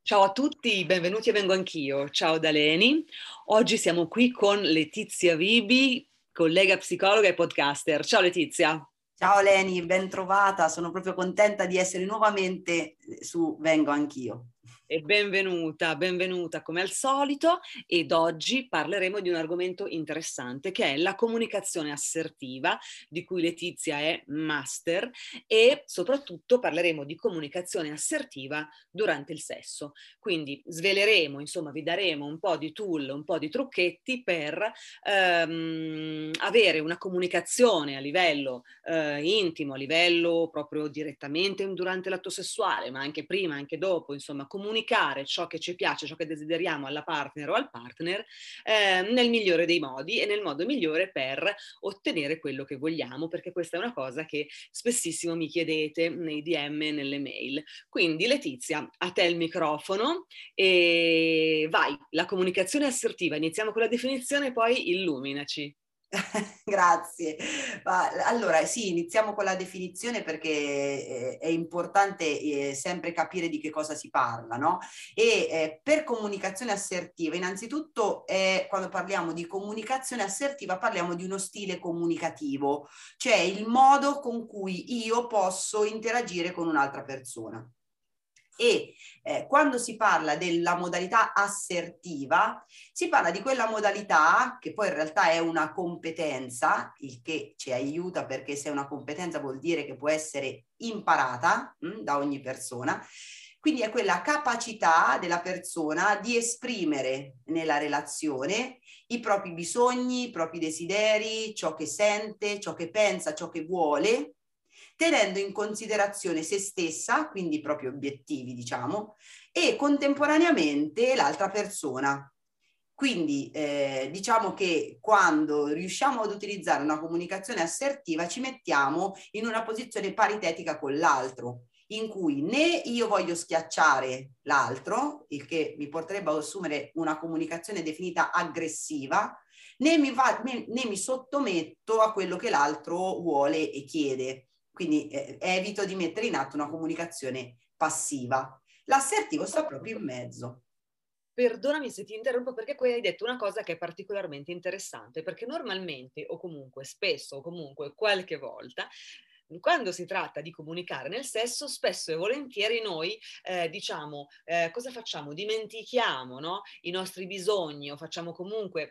Ciao a tutti, benvenuti e vengo anch'io. Ciao da Leni. Oggi siamo qui con Letizia Vibi, collega psicologa e podcaster. Ciao Letizia. Ciao Leni, ben trovata, sono proprio contenta di essere nuovamente su Vengo Anch'io. E benvenuta come al solito, ed oggi parleremo di un argomento interessante che è la comunicazione assertiva, di cui Letizia è master, e soprattutto parleremo di comunicazione assertiva durante il sesso. Quindi sveleremo, insomma, vi daremo un po' di tool, un po' di trucchetti per avere una comunicazione a livello intimo, a livello proprio direttamente durante l'atto sessuale, ma anche prima, anche dopo, insomma, comunicare ciò che ci piace, ciò che desideriamo alla partner o al partner nel migliore dei modi e nel modo migliore per ottenere quello che vogliamo, perché questa è una cosa che spessissimo mi chiedete nei DM e nelle mail. Quindi Letizia, a te il microfono e vai, la comunicazione assertiva, iniziamo con la definizione, poi illuminaci. Grazie. Allora, sì, iniziamo con la definizione perché è importante sempre capire di che cosa si parla, no? Per comunicazione assertiva, innanzitutto, quando parliamo di comunicazione assertiva, parliamo di uno stile comunicativo, cioè il modo con cui io posso interagire con un'altra persona. Quando si parla della modalità assertiva, si parla di quella modalità che poi in realtà è una competenza, il che ci aiuta perché se è una competenza vuol dire che può essere imparata da ogni persona. Quindi è quella capacità della persona di esprimere nella relazione i propri bisogni, i propri desideri, ciò che sente, ciò che pensa, ciò che vuole, tenendo in considerazione se stessa, quindi i propri obiettivi, diciamo, e contemporaneamente l'altra persona. Quindi diciamo che quando riusciamo ad utilizzare una comunicazione assertiva ci mettiamo in una posizione paritetica con l'altro, in cui né io voglio schiacciare l'altro, il che mi porterebbe ad assumere una comunicazione definita aggressiva, né mi sottometto a quello che l'altro vuole e chiede. Quindi evito di mettere in atto una comunicazione passiva. L'assertivo sta proprio in mezzo. Perdonami se ti interrompo perché poi hai detto una cosa che è particolarmente interessante, perché normalmente o comunque spesso o comunque qualche volta quando si tratta di comunicare nel sesso, spesso e volentieri noi diciamo cosa facciamo? Dimentichiamo, no? I nostri bisogni o facciamo comunque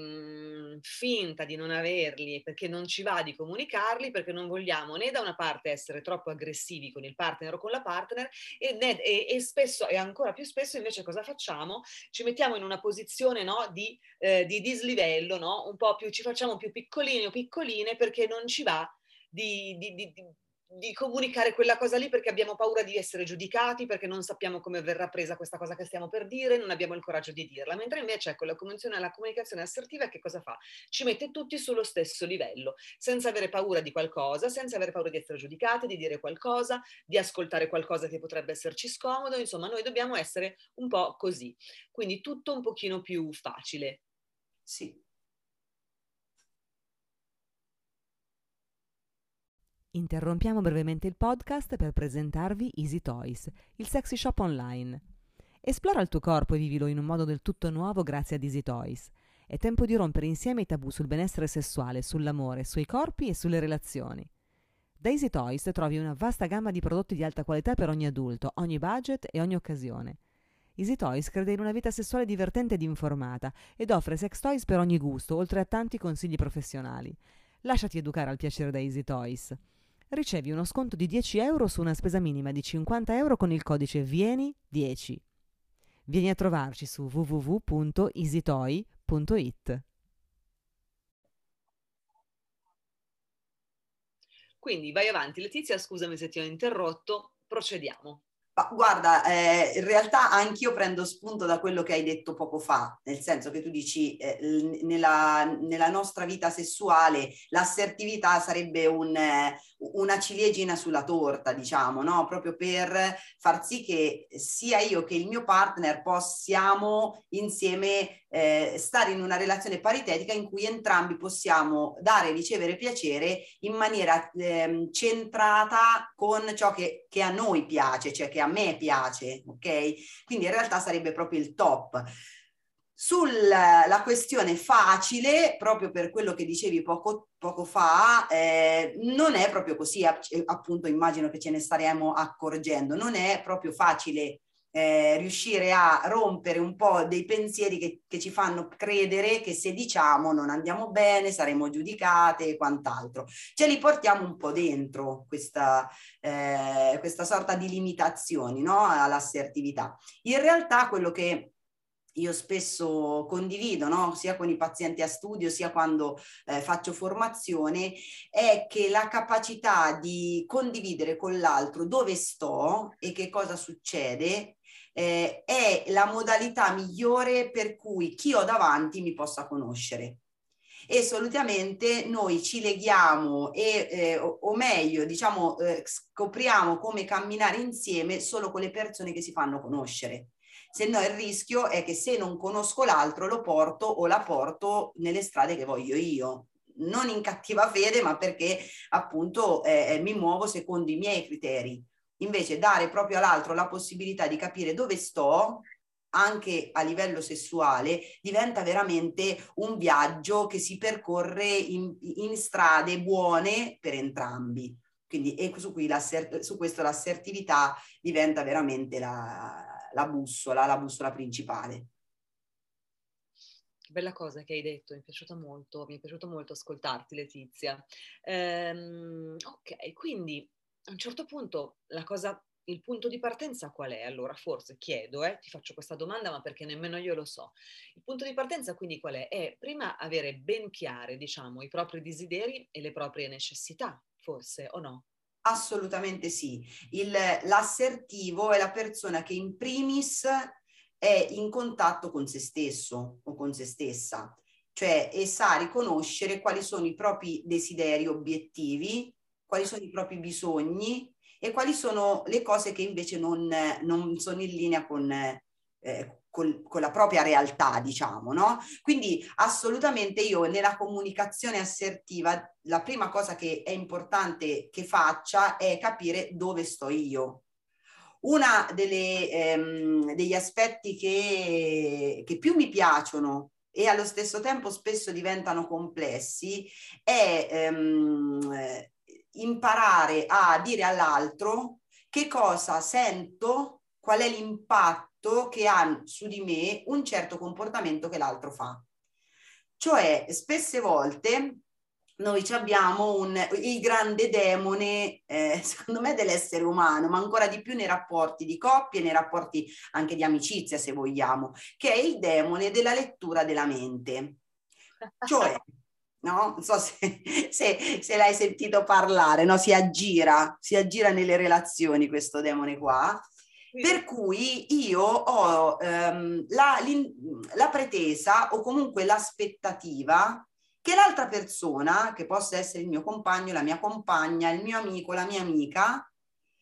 finta di non averli perché non ci va di comunicarli, perché non vogliamo né da una parte essere troppo aggressivi con il partner o con la partner e spesso e ancora più spesso invece cosa facciamo? Ci mettiamo in una posizione, no, di dislivello, no? Un po' più, ci facciamo più piccolini o piccoline perché non ci va di, di, di, di comunicare quella cosa lì perché abbiamo paura di essere giudicati, perché non sappiamo come verrà presa questa cosa che stiamo per dire, non abbiamo il coraggio di dirla. Mentre invece ecco, la comunicazione assertiva che cosa fa? Ci mette tutti sullo stesso livello, senza avere paura di qualcosa, senza avere paura di essere giudicati, di dire qualcosa, di ascoltare qualcosa che potrebbe esserci scomodo, insomma noi dobbiamo essere un po' così. Quindi tutto un pochino più facile. Sì. Interrompiamo brevemente il podcast per presentarvi Easy Toys, il sexy shop online. Esplora il tuo corpo e vivilo in un modo del tutto nuovo grazie ad Easy Toys. È tempo di rompere insieme i tabù sul benessere sessuale, sull'amore, sui corpi e sulle relazioni. Da Easy Toys trovi una vasta gamma di prodotti di alta qualità per ogni adulto, ogni budget e ogni occasione. Easy Toys crede in una vita sessuale divertente ed informata ed offre sex toys per ogni gusto, oltre a tanti consigli professionali. Lasciati educare al piacere da Easy Toys. Ricevi uno sconto di 10 euro su una spesa minima di 50 euro con il codice VIENI10. Vieni a trovarci su www.easytoy.it. Quindi vai avanti, Letizia, scusami se ti ho interrotto, procediamo. Ma guarda, in realtà anch'io prendo spunto da quello che hai detto poco fa, nel senso che tu dici nella nostra vita sessuale l'assertività sarebbe una ciliegina sulla torta, diciamo, no? Proprio per far sì che sia io che il mio partner possiamo insieme stare in una relazione paritetica in cui entrambi possiamo dare e ricevere piacere in maniera centrata con ciò che a noi piace, cioè che a me piace, ok? Quindi in realtà sarebbe proprio il top. Sulla questione facile, proprio per quello che dicevi poco fa, non è proprio così, appunto immagino che ce ne staremo accorgendo, non è proprio facile riuscire a rompere un po' dei pensieri che ci fanno credere che se diciamo non andiamo bene, saremo giudicate e quant'altro. Ce li portiamo un po' dentro questa sorta di limitazioni, no? All'assertività. In realtà quello che io spesso condivido, no? Sia con i pazienti a studio, sia quando faccio formazione, è che la capacità di condividere con l'altro dove sto e che cosa succede è la modalità migliore per cui chi ho davanti mi possa conoscere. E solitamente noi ci leghiamo o meglio, diciamo, scopriamo come camminare insieme solo con le persone che si fanno conoscere. Se no il rischio è che se non conosco l'altro lo porto o la porto nelle strade che voglio io, non in cattiva fede, ma perché appunto mi muovo secondo i miei criteri. Invece dare proprio all'altro la possibilità di capire dove sto, anche a livello sessuale, diventa veramente un viaggio che si percorre in strade buone per entrambi. Quindi su questo l'assertività diventa veramente la bussola principale. Bella cosa che hai detto, mi è piaciuto molto ascoltarti, Letizia. Ok, quindi a un certo punto il punto di partenza qual è? Allora, forse chiedo, ti faccio questa domanda, ma perché nemmeno io lo so. Il punto di partenza quindi qual è? È prima avere ben chiare, diciamo, i propri desideri e le proprie necessità, forse, o no? Assolutamente sì. L'assertivo è la persona che in primis è in contatto con se stesso o con se stessa, cioè e sa riconoscere quali sono i propri desideri obiettivi, quali sono i propri bisogni e quali sono le cose che invece non sono in linea con la propria realtà, diciamo, no? Quindi assolutamente io nella comunicazione assertiva la prima cosa che è importante che faccia è capire dove sto io. Una degli aspetti che più mi piacciono e allo stesso tempo spesso diventano complessi è imparare a dire all'altro che cosa sento, qual è l'impatto che ha su di me un certo comportamento che l'altro fa. Cioè, spesse volte noi abbiamo il grande demone, secondo me, dell'essere umano, ma ancora di più nei rapporti di coppia, nei rapporti anche di amicizia, se vogliamo, che è il demone della lettura della mente. Cioè, no? Non so se l'hai sentito parlare, no? Si aggira nelle relazioni questo demone qua. Per cui io ho la pretesa o comunque l'aspettativa che l'altra persona, che possa essere il mio compagno, la mia compagna, il mio amico, la mia amica,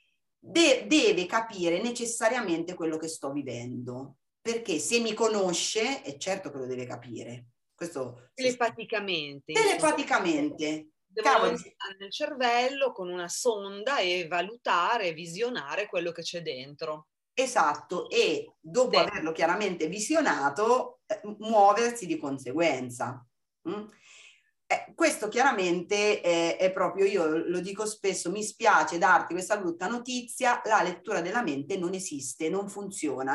deve capire necessariamente quello che sto vivendo. Perché se mi conosce, è certo che lo deve capire. Questo telepaticamente. Telepaticamente. Devono entrare nel cervello con una sonda e valutare, visionare quello che c'è dentro. Esatto, e dopo averlo chiaramente visionato, muoversi di conseguenza. Questo chiaramente è proprio, io lo dico spesso, mi spiace darti questa brutta notizia, la lettura della mente non esiste, non funziona,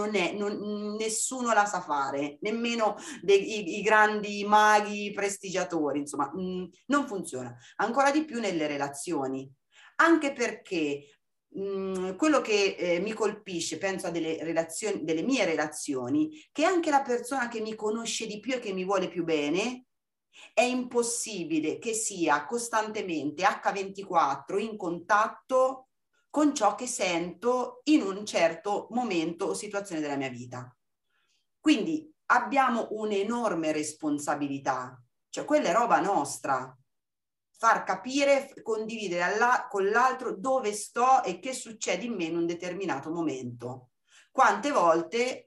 nessuno la sa fare, nemmeno i grandi maghi prestigiatori, insomma, non funziona, ancora di più nelle relazioni, anche perché quello che mi colpisce, penso a delle mie relazioni, che anche la persona che mi conosce di più e che mi vuole più bene, è impossibile che sia costantemente H24 in contatto con ciò che sento in un certo momento o situazione della mia vita. Quindi abbiamo un'enorme responsabilità, cioè quella è roba nostra. Far capire, condividere con l'altro dove sto e che succede in me in un determinato momento. Quante volte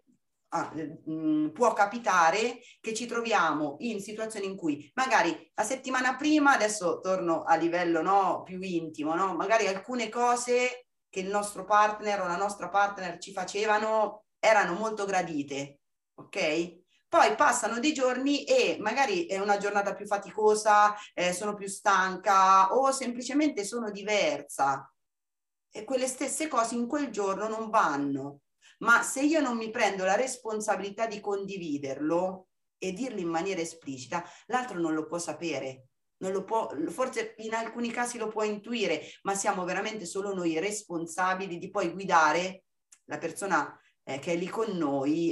può capitare che ci troviamo in situazioni in cui magari la settimana prima, adesso torno a livello più intimo, no? Magari alcune cose che il nostro partner o la nostra partner ci facevano erano molto gradite, ok? Poi passano dei giorni e magari è una giornata più faticosa, sono più stanca o semplicemente sono diversa e quelle stesse cose in quel giorno non vanno. Ma se io non mi prendo la responsabilità di condividerlo e dirlo in maniera esplicita, l'altro non lo può sapere. Non lo può, forse in alcuni casi lo può intuire, ma siamo veramente solo noi responsabili di poi guidare la persona che è lì con noi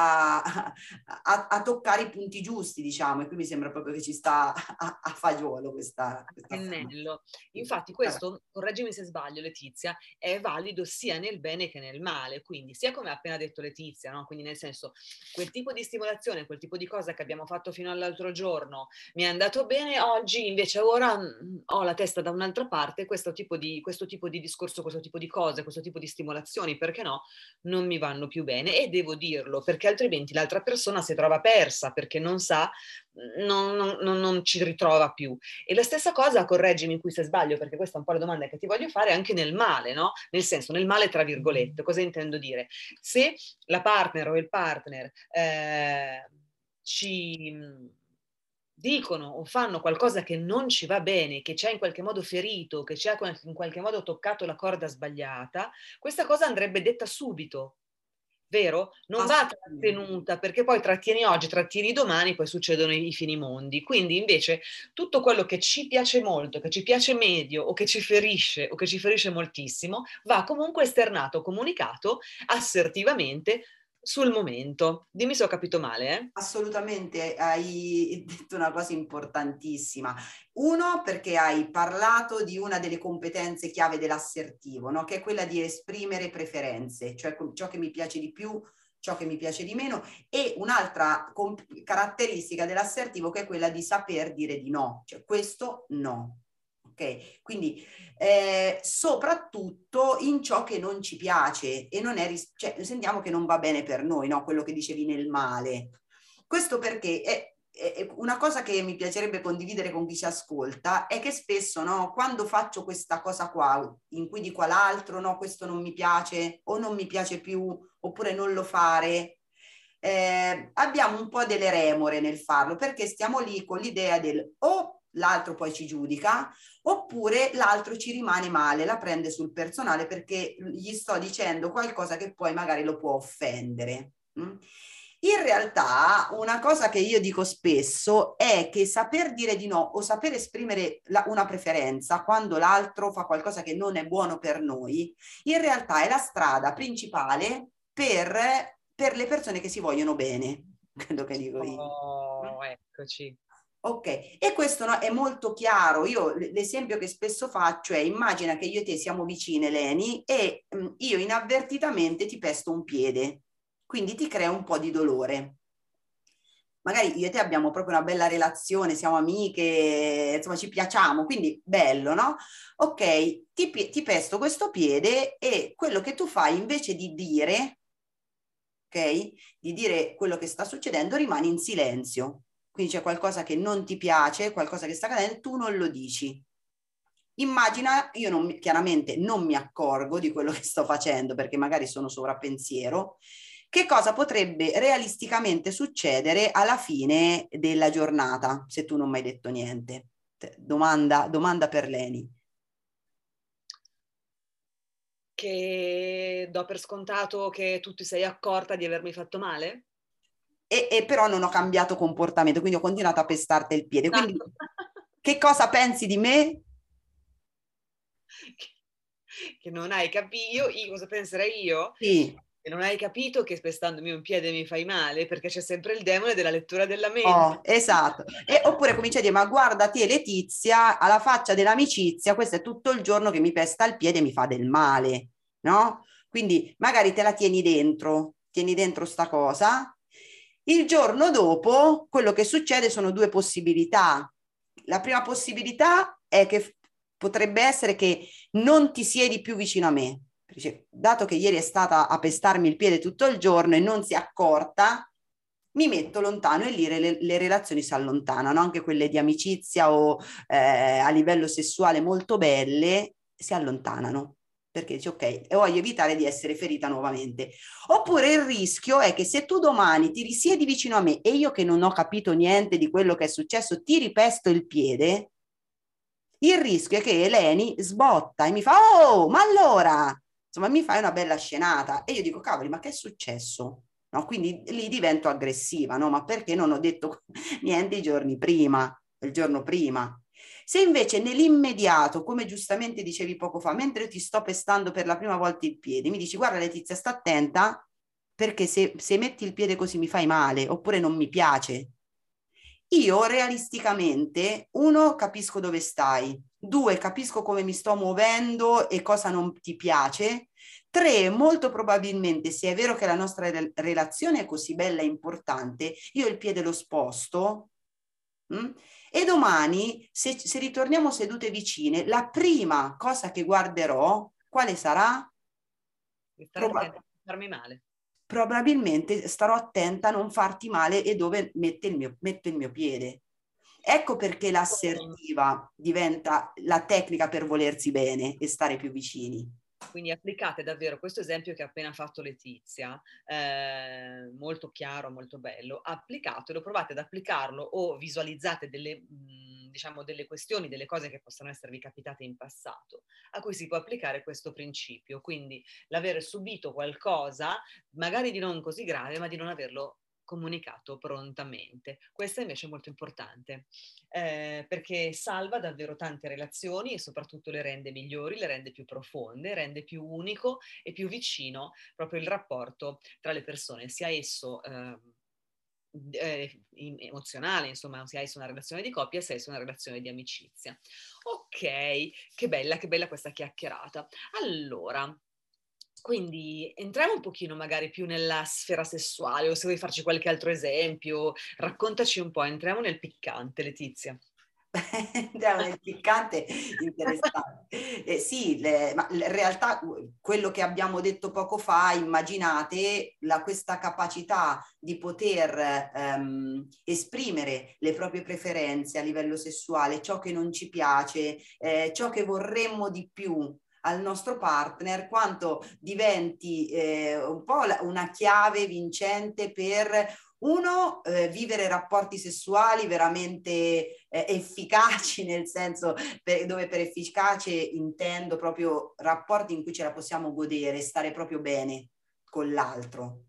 a toccare i punti giusti, diciamo, e qui mi sembra proprio che ci sta a fagiolo questa Pennello. Infatti questo, correggimi se sbaglio Letizia, è valido sia nel bene che nel male, quindi sia come ha appena detto Letizia, no? Quindi nel senso, quel tipo di stimolazione, quel tipo di cosa che abbiamo fatto fino all'altro giorno mi è andato bene, oggi invece ora ho la testa da un'altra parte, questo tipo di discorso, questo tipo di cose, questo tipo di stimolazioni, perché no, non mi vanno più bene e devo dirlo, perché altrimenti l'altra persona si trova persa, perché non sa, non ci ritrova più. E la stessa cosa, correggimi qui se sbaglio, perché questa è un po' la domanda che ti voglio fare, anche nel male, no? Nel senso, nel male tra virgolette, cosa intendo dire? Se la partner o il partner ci dicono o fanno qualcosa che non ci va bene, che ci ha in qualche modo ferito, che ci ha in qualche modo toccato la corda sbagliata, questa cosa andrebbe detta subito, vero? Non va trattenuta, perché poi trattieni oggi, trattieni domani, poi succedono i finimondi. Quindi invece tutto quello che ci piace molto, che ci piace medio o che ci ferisce moltissimo, va comunque esternato, comunicato assertivamente sul momento. Dimmi se ho capito male, eh? Assolutamente, hai detto una cosa importantissima. Uno, perché hai parlato di una delle competenze chiave dell'assertivo, no? Che è quella di esprimere preferenze, cioè ciò che mi piace di più, ciò che mi piace di meno, e un'altra caratteristica dell'assertivo che è quella di saper dire di no, cioè questo no. Ok, quindi soprattutto in ciò che non ci piace e non è, cioè, sentiamo che non va bene per noi, no? Quello che dicevi nel male. Questo perché è una cosa che mi piacerebbe condividere con chi ci ascolta è che spesso, no, quando faccio questa cosa qua, in cui dico all'altro, no, questo non mi piace o non mi piace più, oppure non lo fare, abbiamo un po' delle remore nel farlo, perché stiamo lì con l'idea del o l'altro poi ci giudica, oppure l'altro ci rimane male, la prende sul personale perché gli sto dicendo qualcosa che poi magari lo può offendere. In realtà una cosa che io dico spesso è che saper dire di no o saper esprimere una preferenza quando l'altro fa qualcosa che non è buono per noi, in realtà è la strada principale per le persone che si vogliono bene, quello che dico io. Oh, eccoci. Ok, e questo no, è molto chiaro. Io l'esempio che spesso faccio è: immagina che io e te siamo vicine, Leni, e io inavvertitamente ti pesto un piede, quindi ti crea un po' di dolore. Magari io e te abbiamo proprio una bella relazione, siamo amiche, insomma ci piacciamo, quindi bello, no? Ok, ti pesto questo piede e quello che tu fai invece di dire, ok, di dire quello che sta succedendo, rimani in silenzio. Quindi c'è qualcosa che non ti piace, qualcosa che sta accadendo, tu non lo dici. Immagina, io chiaramente non mi accorgo di quello che sto facendo perché magari sono sovrappensiero, che cosa potrebbe realisticamente succedere alla fine della giornata se tu non mi hai detto niente? Domanda per Leni. Che do per scontato che tu ti sei accorta di avermi fatto male? E però non ho cambiato comportamento, quindi ho continuato a pestarti il piede. Quindi che cosa pensi di me? Che non hai capito, io cosa penserei io? Sì. Che non hai capito che spestandomi un piede mi fai male, perché c'è sempre il demone della lettura della mente. Oh, esatto. Oppure comincia a dire: ma guarda te Letizia, alla faccia dell'amicizia, questo è tutto il giorno che mi pesta il piede e mi fa del male, no? Quindi magari te la tieni dentro sta cosa. Il giorno dopo quello che succede sono due possibilità. La prima possibilità è che potrebbe essere che non ti siedi più vicino a me. Dice, dato che ieri è stata a pestarmi il piede tutto il giorno e non si è accorta, mi metto lontano e lì le relazioni si allontanano, anche quelle di amicizia o a livello sessuale molto belle si allontanano perché dici ok, e voglio evitare di essere ferita nuovamente. Oppure il rischio è che se tu domani ti risiedi vicino a me e io che non ho capito niente di quello che è successo ti ripesto il piede, il rischio è che Eleni sbotta e mi fa oh, ma allora, insomma mi fai una bella scenata e io dico cavoli, ma che è successo? No, quindi lì divento aggressiva, no? Ma perché non ho detto niente i giorni prima, il giorno prima? Se invece nell'immediato, come giustamente dicevi poco fa, mentre ti sto pestando per la prima volta il piede, mi dici guarda Letizia, sta attenta perché se metti il piede così mi fai male oppure non mi piace. Io realisticamente, uno, capisco dove stai, due, capisco come mi sto muovendo e cosa non ti piace, tre, molto probabilmente, se è vero che la nostra relazione è così bella e importante, io il piede lo sposto. E domani, se ritorniamo sedute vicine, la prima cosa che guarderò, quale sarà? Stare attenta a non farmi male. Probabilmente starò attenta a non farti male e dove metto il mio piede. Ecco perché l'assertiva diventa la tecnica per volersi bene e stare più vicini. Quindi applicate davvero questo esempio che ha appena fatto Letizia, molto chiaro, molto bello, applicatelo, provate ad applicarlo o visualizzate delle, diciamo, delle questioni, delle cose che possono esservi capitate in passato, a cui si può applicare questo principio, quindi l'avere subito qualcosa, magari di non così grave, ma di non averlo comunicato prontamente. Questo invece è molto importante, perché salva davvero tante relazioni e soprattutto le rende migliori, le rende più profonde, rende più unico e più vicino proprio il rapporto tra le persone, sia esso emozionale, insomma, sia esso una relazione di coppia, sia esso una relazione di amicizia. Ok, che bella questa chiacchierata. Allora, quindi entriamo un pochino magari più nella sfera sessuale, o se vuoi farci qualche altro esempio, raccontaci un po', entriamo nel piccante, Letizia. Andiamo nel piccante, interessante. Sì, ma in realtà quello che abbiamo detto poco fa, immaginate questa capacità di poter esprimere le proprie preferenze a livello sessuale, ciò che non ci piace, ciò che vorremmo di più al nostro partner, quanto diventi un po' una chiave vincente per uno, vivere rapporti sessuali veramente efficaci, nel senso dove per efficace intendo proprio rapporti in cui ce la possiamo godere, stare proprio bene con l'altro.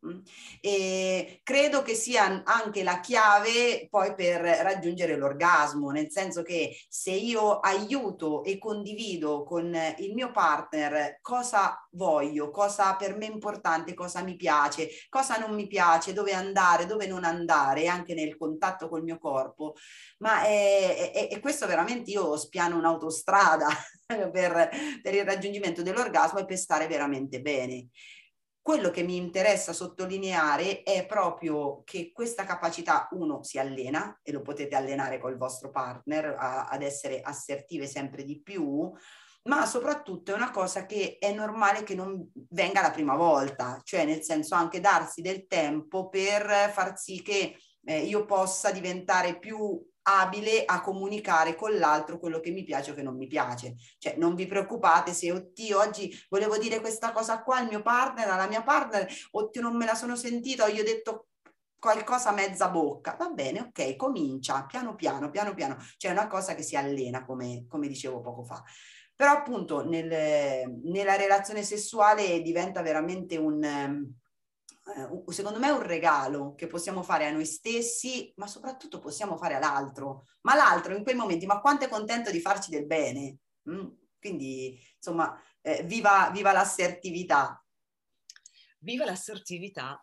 E credo che sia anche la chiave poi per raggiungere l'orgasmo, nel senso che se io aiuto e condivido con il mio partner cosa voglio, cosa per me è importante, cosa mi piace, cosa non mi piace, dove andare, dove non andare, anche nel contatto col mio corpo, ma è questo veramente, io spiano un'autostrada per il raggiungimento dell'orgasmo e per stare veramente bene. Quello che mi interessa sottolineare è proprio che questa capacità, uno, si allena e lo potete allenare col vostro partner ad essere assertive sempre di più, ma soprattutto è una cosa che è normale che non venga la prima volta, cioè nel senso anche darsi del tempo per far sì che io possa diventare più abile a comunicare con l'altro quello che mi piace o che non mi piace. Cioè non vi preoccupate se oddio oggi volevo dire questa cosa qua al mio partner, alla mia partner, oddio non me la sono sentita, gli ho detto qualcosa a mezza bocca. Va bene, ok, comincia piano piano, cioè è una cosa che si allena, come dicevo poco fa. Però appunto nella relazione sessuale diventa veramente secondo me è un regalo che possiamo fare a noi stessi, ma soprattutto possiamo fare all'altro. Ma l'altro in quei momenti, ma quanto è contento di farci del bene? Quindi, insomma, viva l'assertività. Viva l'assertività.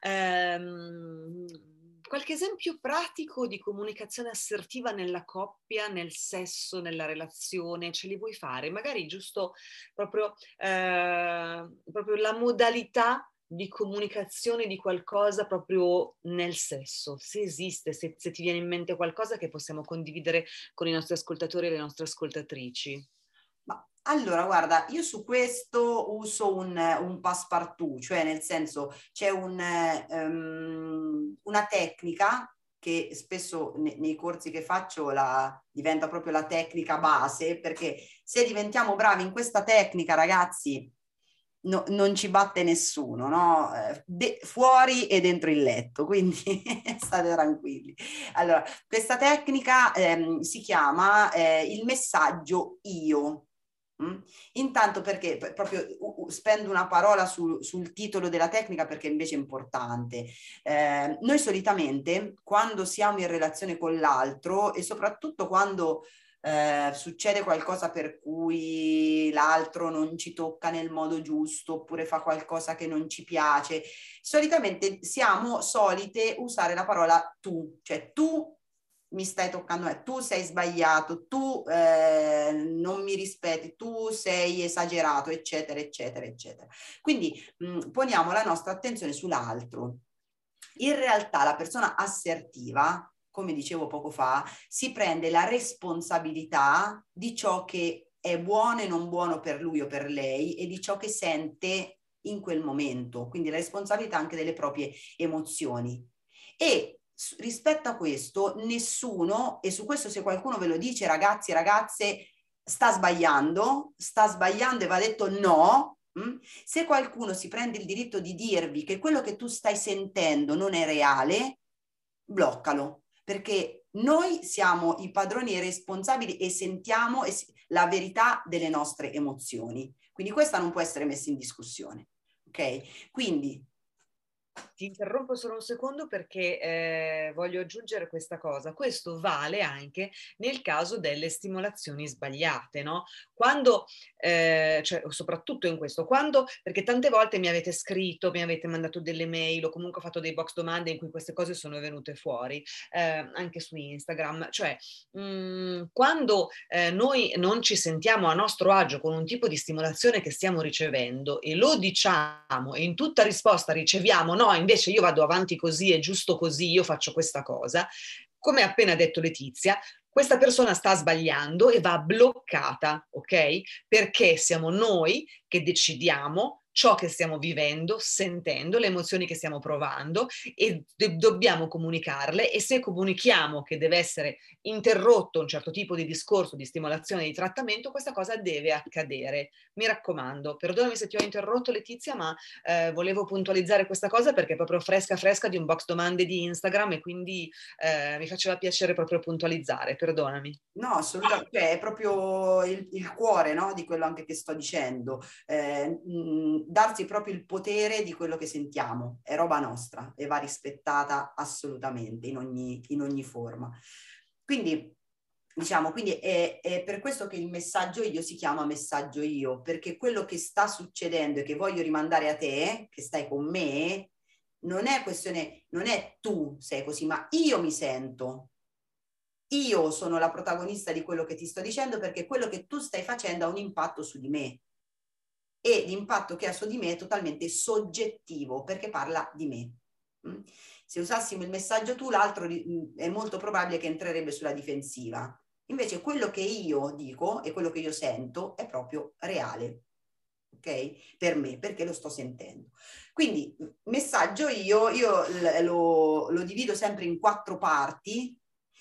Qualche esempio pratico di comunicazione assertiva nella coppia, nel sesso, nella relazione, ce li vuoi fare? Magari giusto proprio la modalità di comunicazione di qualcosa proprio nel sesso, se esiste, se ti viene in mente qualcosa che possiamo condividere con i nostri ascoltatori e le nostre ascoltatrici. Ma allora, guarda, io su questo uso un passepartout, cioè nel senso c'è una tecnica che spesso nei corsi che faccio diventa proprio la tecnica base, perché se diventiamo bravi in questa tecnica, ragazzi, non ci batte nessuno, no? Fuori e dentro il letto, quindi state tranquilli. Allora, questa tecnica si chiama il messaggio io. Intanto perché proprio spendo una parola sul titolo della tecnica, perché invece è importante. Noi solitamente quando siamo in relazione con l'altro, e soprattutto quando succede qualcosa per cui l'altro non ci tocca nel modo giusto, oppure fa qualcosa che non ci piace, solitamente siamo solite usare la parola tu, cioè tu mi stai toccando, tu sei sbagliato, tu non mi rispetti, tu sei esagerato, eccetera, eccetera, eccetera. Quindi poniamo la nostra attenzione sull'altro. In realtà la persona assertiva, come dicevo poco fa, si prende la responsabilità di ciò che è buono e non buono per lui o per lei, e di ciò che sente in quel momento, quindi la responsabilità anche delle proprie emozioni. E rispetto a questo nessuno, e su questo se qualcuno ve lo dice, ragazzi e ragazze, sta sbagliando e va detto no. Se qualcuno si prende il diritto di dirvi che quello che tu stai sentendo non è reale, bloccalo, perché noi siamo i padroni e responsabili e sentiamo la verità delle nostre emozioni. Quindi questa non può essere messa in discussione. Ok? Quindi ti interrompo solo un secondo perché voglio aggiungere questa cosa. Questo vale anche nel caso delle stimolazioni sbagliate, no? Quando, cioè, soprattutto in questo, perché tante volte mi avete scritto, mi avete mandato delle mail o comunque fatto dei box domande in cui queste cose sono venute fuori, anche su Instagram. Cioè, quando noi non ci sentiamo a nostro agio con un tipo di stimolazione che stiamo ricevendo e lo diciamo e in tutta risposta riceviamo no, invece io vado avanti così, è giusto così, io faccio questa cosa, come ha appena detto Letizia, questa persona sta sbagliando e va bloccata, ok? Perché siamo noi che decidiamo ciò che stiamo vivendo, sentendo, le emozioni che stiamo provando, e dobbiamo comunicarle, e se comunichiamo che deve essere interrotto un certo tipo di discorso, di stimolazione, di trattamento, questa cosa deve accadere. Mi raccomando, perdonami se ti ho interrotto Letizia, ma volevo puntualizzare questa cosa perché è proprio fresca fresca di un box domande di Instagram, e quindi mi faceva piacere proprio puntualizzare, perdonami. no, assolutamente, cioè, è proprio il cuore, no, di quello anche che sto dicendo, darsi proprio il potere di quello che sentiamo, è roba nostra e va rispettata assolutamente in ogni forma. Quindi, diciamo, quindi è per questo che il messaggio io si chiama messaggio io, perché quello che sta succedendo e che voglio rimandare a te, che stai con me, non è questione, non è tu sei così, ma io mi sento. Io sono la protagonista di quello che ti sto dicendo, perché quello che tu stai facendo ha un impatto su di me, e l'impatto che ha su di me è totalmente soggettivo perché parla di me. Se usassimo il messaggio tu, l'altro è molto probabile che entrerebbe sulla difensiva. Invece quello che io dico e quello che io sento è proprio reale, ok? Per me, perché lo sto sentendo. Quindi messaggio io lo divido sempre in 4 parti,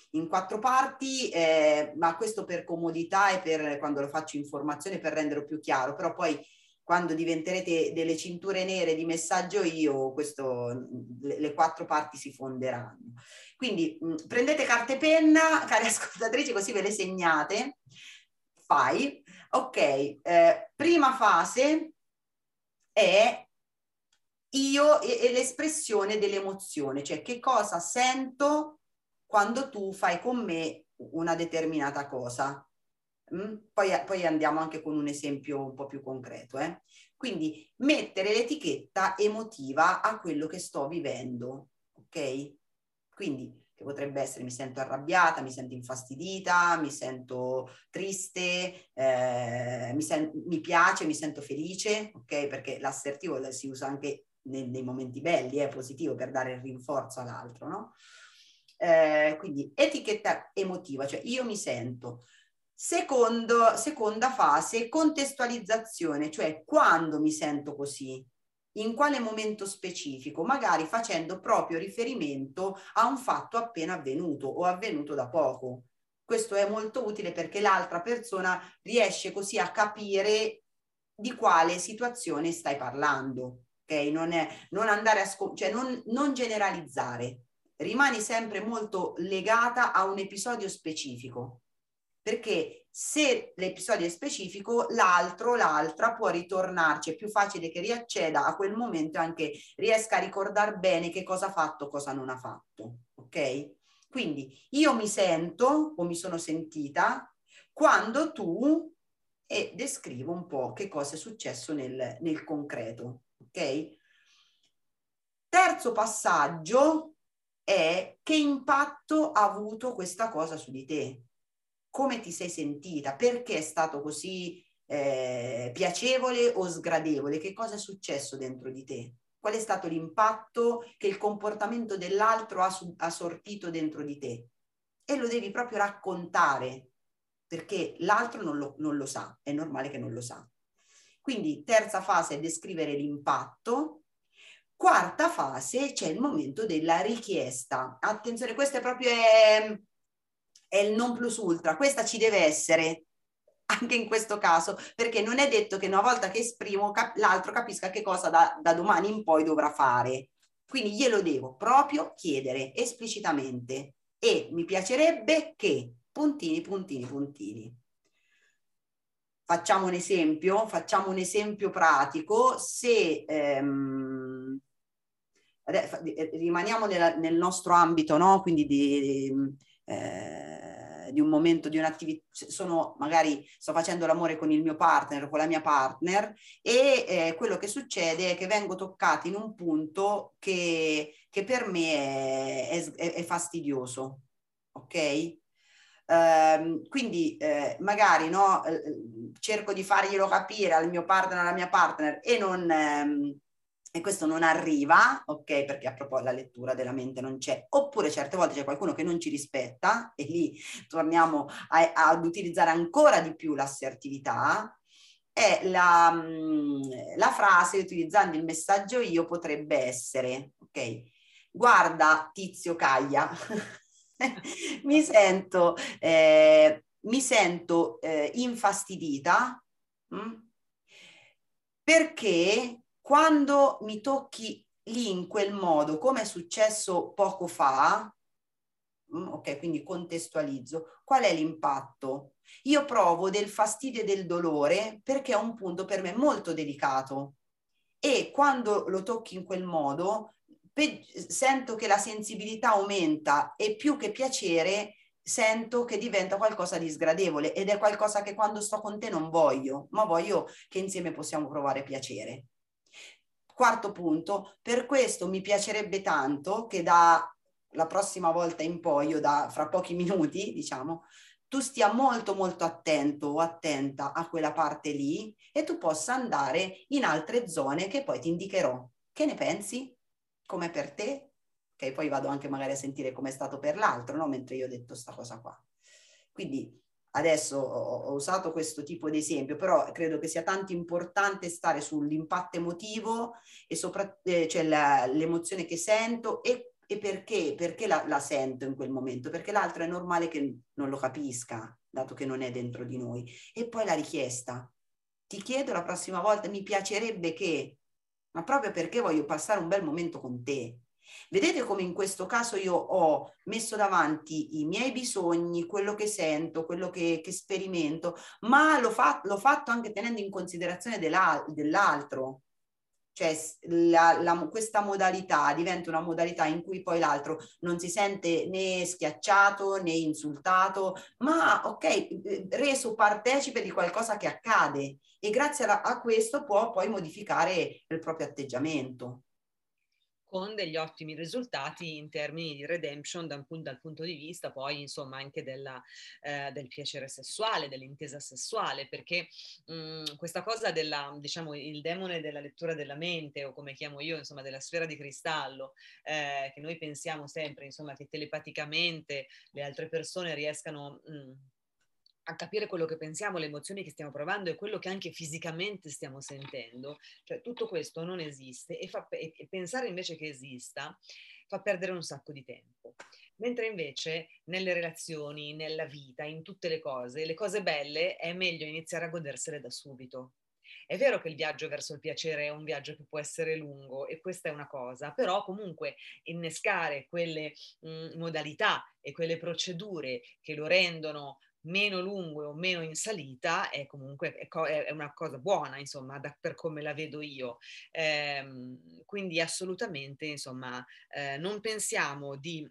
ma questo per comodità e per quando lo faccio in formazione, per renderlo più chiaro, però poi quando diventerete delle cinture nere di messaggio io, le 4 parti si fonderanno. Quindi prendete carta e penna, cari ascoltatrici, così ve le segnate. Fai. Ok, prima fase è io e l'espressione dell'emozione, cioè che cosa sento quando tu fai con me una determinata cosa. Poi andiamo anche con un esempio un po' più concreto. Quindi mettere l'etichetta emotiva a quello che sto vivendo, ok? Quindi che potrebbe essere mi sento arrabbiata, mi sento infastidita, mi sento triste, mi piace, mi sento felice, ok? Perché l'assertivo si usa anche nei momenti belli, è positivo per dare il rinforzo all'altro, no? Quindi etichetta emotiva, cioè io mi sento. Seconda fase, contestualizzazione, cioè quando mi sento così. in quale momento specifico, magari facendo proprio riferimento a un fatto appena avvenuto o avvenuto da poco. Questo è molto utile perché l'altra persona riesce così a capire di quale situazione stai parlando, ok? Non andare cioè non generalizzare, rimani sempre molto legata a un episodio specifico, perché se l'episodio è specifico, l'altra può ritornarci, è più facile che riacceda a quel momento, anche riesca a ricordare bene che cosa ha fatto, cosa non ha fatto, ok? Quindi io mi sento o mi sono sentita quando tu, e descrivo un po' che cosa è successo nel concreto, ok? Terzo passaggio è: che impatto ha avuto questa cosa su di te? Come ti sei sentita? Perché è stato così piacevole o sgradevole? Che cosa è successo dentro di te? Qual è stato l'impatto che il comportamento dell'altro ha sortito dentro di te? E lo devi proprio raccontare, perché l'altro non lo sa, è normale che non lo sa. Quindi terza fase è descrivere l'impatto. Quarta fase c'è il momento della richiesta. Attenzione, questo è proprio è il non plus ultra, questa ci deve essere anche in questo caso, perché non è detto che una volta che esprimo l'altro capisca che cosa da domani in poi dovrà fare. Quindi glielo devo proprio chiedere esplicitamente e mi piacerebbe che puntini, puntini, puntini. Facciamo un esempio pratico. Se rimaniamo nel nostro ambito, no? Quindi di un momento, di un'attività, magari sto facendo l'amore con il mio partner, con la mia partner, e quello che succede è che vengo toccata in un punto che per me è fastidioso, ok? Quindi magari no, cerco di farglielo capire al mio partner, alla mia partner, e questo non arriva, ok? Perché a proposito la lettura della mente non c'è, oppure certe volte c'è qualcuno che non ci rispetta e lì torniamo ad utilizzare ancora di più l'assertività. E la frase, utilizzando il messaggio io, potrebbe essere, ok? Guarda Tizio Caia, mi sento infastidita perché quando mi tocchi lì in quel modo, come è successo poco fa, ok, quindi contestualizzo, qual è l'impatto? Io provo del fastidio e del dolore perché è un punto per me molto delicato e quando lo tocchi in quel modo sento che la sensibilità aumenta e più che piacere sento che diventa qualcosa di sgradevole ed è qualcosa che quando sto con te non voglio, ma voglio che insieme possiamo provare piacere. Quarto punto, per questo mi piacerebbe tanto che da la prossima volta in poi, o da fra pochi minuti, diciamo, tu stia molto molto attento o attenta a quella parte lì e tu possa andare in altre zone che poi ti indicherò. Che ne pensi? Come per te? Che poi vado anche magari a sentire com'è stato per l'altro, no? Mentre io ho detto sta cosa qua. Quindi adesso ho usato questo tipo di esempio, però credo che sia tanto importante stare sull'impatto emotivo e cioè l'emozione che sento e perché la sento in quel momento, perché l'altro è normale che non lo capisca, dato che non è dentro di noi. E poi la richiesta. Ti chiedo la prossima volta, mi piacerebbe che, ma proprio perché voglio passare un bel momento con te. Vedete come in questo caso io ho messo davanti i miei bisogni, quello che sento, quello che sperimento, ma l'ho fatto anche tenendo in considerazione dell'altro. Cioè questa modalità diventa una modalità in cui poi l'altro non si sente né schiacciato né insultato, ma ok, reso partecipe di qualcosa che accade e grazie a questo può poi modificare il proprio atteggiamento. Con degli ottimi risultati in termini di redemption dal punto di vista poi insomma anche del piacere sessuale, dell'intesa sessuale, perché questa cosa diciamo, il demone della lettura della mente, o come chiamo io, insomma, della sfera di cristallo, che noi pensiamo sempre, insomma, che telepaticamente le altre persone riescano a capire quello che pensiamo, le emozioni che stiamo provando e quello che anche fisicamente stiamo sentendo, cioè tutto questo non esiste e pensare invece che esista fa perdere un sacco di tempo. Mentre invece nelle relazioni, nella vita, in tutte le cose belle è meglio iniziare a godersele da subito. È vero che il viaggio verso il piacere è un viaggio che può essere lungo e questa è una cosa, però comunque innescare quelle modalità e quelle procedure che lo rendono meno lungo o meno in salita è comunque è una cosa buona, insomma, per come la vedo io. Quindi assolutamente, insomma, non pensiamo di...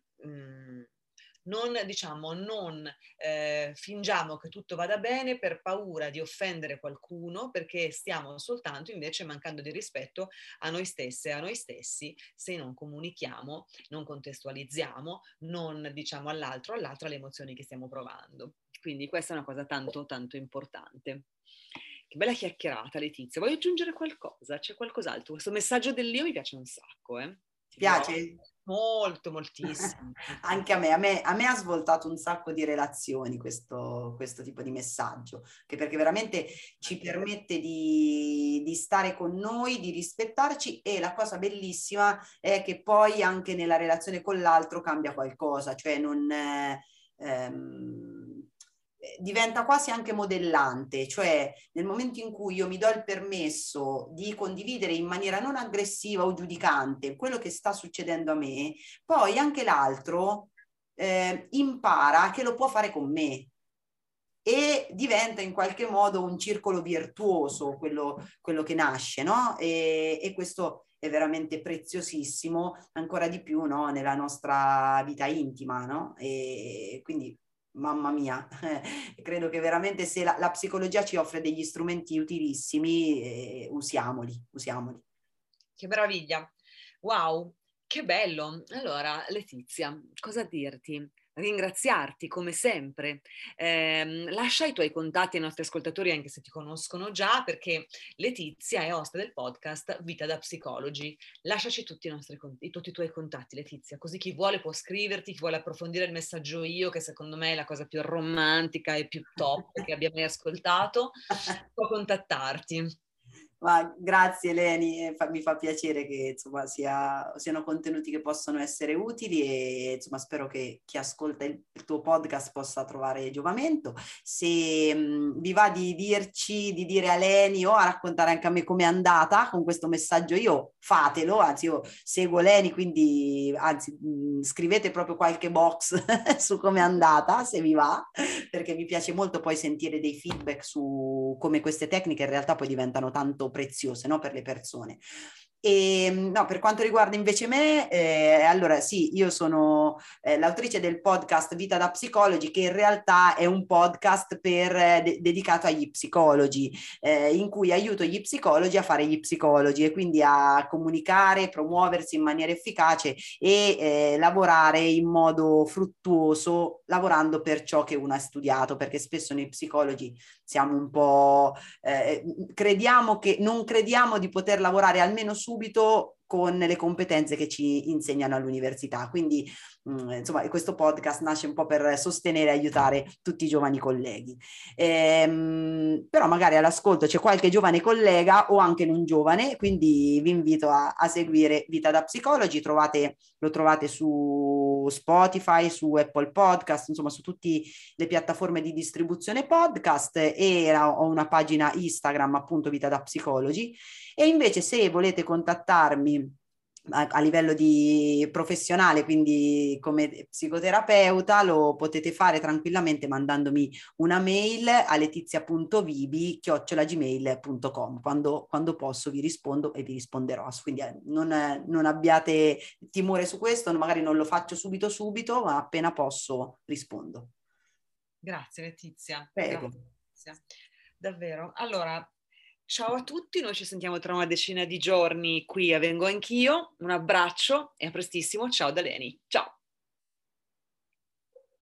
non fingiamo che tutto vada bene per paura di offendere qualcuno, perché stiamo soltanto invece mancando di rispetto a noi stesse e a noi stessi se non comunichiamo, non contestualizziamo, non diciamo all'altra le emozioni che stiamo provando. Quindi questa è una cosa tanto tanto importante. Che bella chiacchierata, Letizia. Voglio aggiungere qualcosa? C'è qualcos'altro? Questo messaggio dell'io mi piace un sacco, Ti piace? Molto, moltissimo. Anche a me ha svoltato un sacco di relazioni questo tipo di messaggio, che perché veramente ci permette di stare con noi, di rispettarci, e la cosa bellissima è che poi anche nella relazione con l'altro cambia qualcosa, cioè non... diventa quasi anche modellante, cioè nel momento in cui io mi do il permesso di condividere in maniera non aggressiva o giudicante quello che sta succedendo a me, poi anche l'altro impara che lo può fare con me e diventa in qualche modo un circolo virtuoso quello che nasce, no? E questo è veramente preziosissimo, ancora di più, no? Nella nostra vita intima, no? E quindi mamma mia, credo che veramente se la psicologia ci offre degli strumenti utilissimi, usiamoli. Che meraviglia. Wow, che bello. Allora, Letizia, cosa dirti? Ringraziarti come sempre. Lascia i tuoi contatti ai nostri ascoltatori, anche se ti conoscono già, perché Letizia è ospite del podcast Vita da Psicologi. Lasciaci tutti tutti i tuoi contatti, Letizia, così chi vuole può scriverti, chi vuole approfondire il messaggio io, che secondo me è la cosa più romantica e più top che abbia mai ascoltato, può contattarti. Ma grazie Leni, mi fa piacere che insomma siano contenuti che possono essere utili, e insomma spero che chi ascolta il tuo podcast possa trovare giovamento. Se vi va di dire a Leni o a raccontare anche a me com'è andata con questo messaggio, io fatelo, anzi io seguo Leni, quindi anzi scrivete proprio qualche box su com'è andata, se vi va, perché mi piace molto poi sentire dei feedback su come queste tecniche in realtà poi diventano tanto preziose, no, per le persone. E no, per quanto riguarda invece me, allora sì, io sono l'autrice del podcast Vita da Psicologi, che in realtà è un podcast dedicato agli psicologi, in cui aiuto gli psicologi a fare gli psicologi e quindi a comunicare, promuoversi in maniera efficace e lavorare in modo fruttuoso, lavorando per ciò che uno ha studiato, perché spesso noi psicologi siamo un po' non crediamo di poter lavorare almeno subito con le competenze che ci insegnano all'università. Quindi insomma questo podcast nasce un po' per sostenere e aiutare tutti i giovani colleghi. Però magari all'ascolto c'è qualche giovane collega o anche non giovane, quindi vi invito a seguire Vita da Psicologi. Lo trovate su Spotify, su Apple Podcast, insomma su tutte le piattaforme di distribuzione podcast, e ho una pagina Instagram appunto Vita da Psicologi. E invece se volete contattarmi a livello di professionale, quindi come psicoterapeuta, lo potete fare tranquillamente mandandomi una mail a letizia.vibi@gmail.com. Quando posso vi rispondo e vi risponderò, quindi non abbiate timore su questo, magari non lo faccio subito, ma appena posso rispondo. Grazie Letizia. Prego. Grazie. Davvero. Allora, ciao a tutti, noi ci sentiamo tra una decina di giorni qui a Vengo Anch'io. Un abbraccio e a prestissimo. Ciao da Leni. Ciao.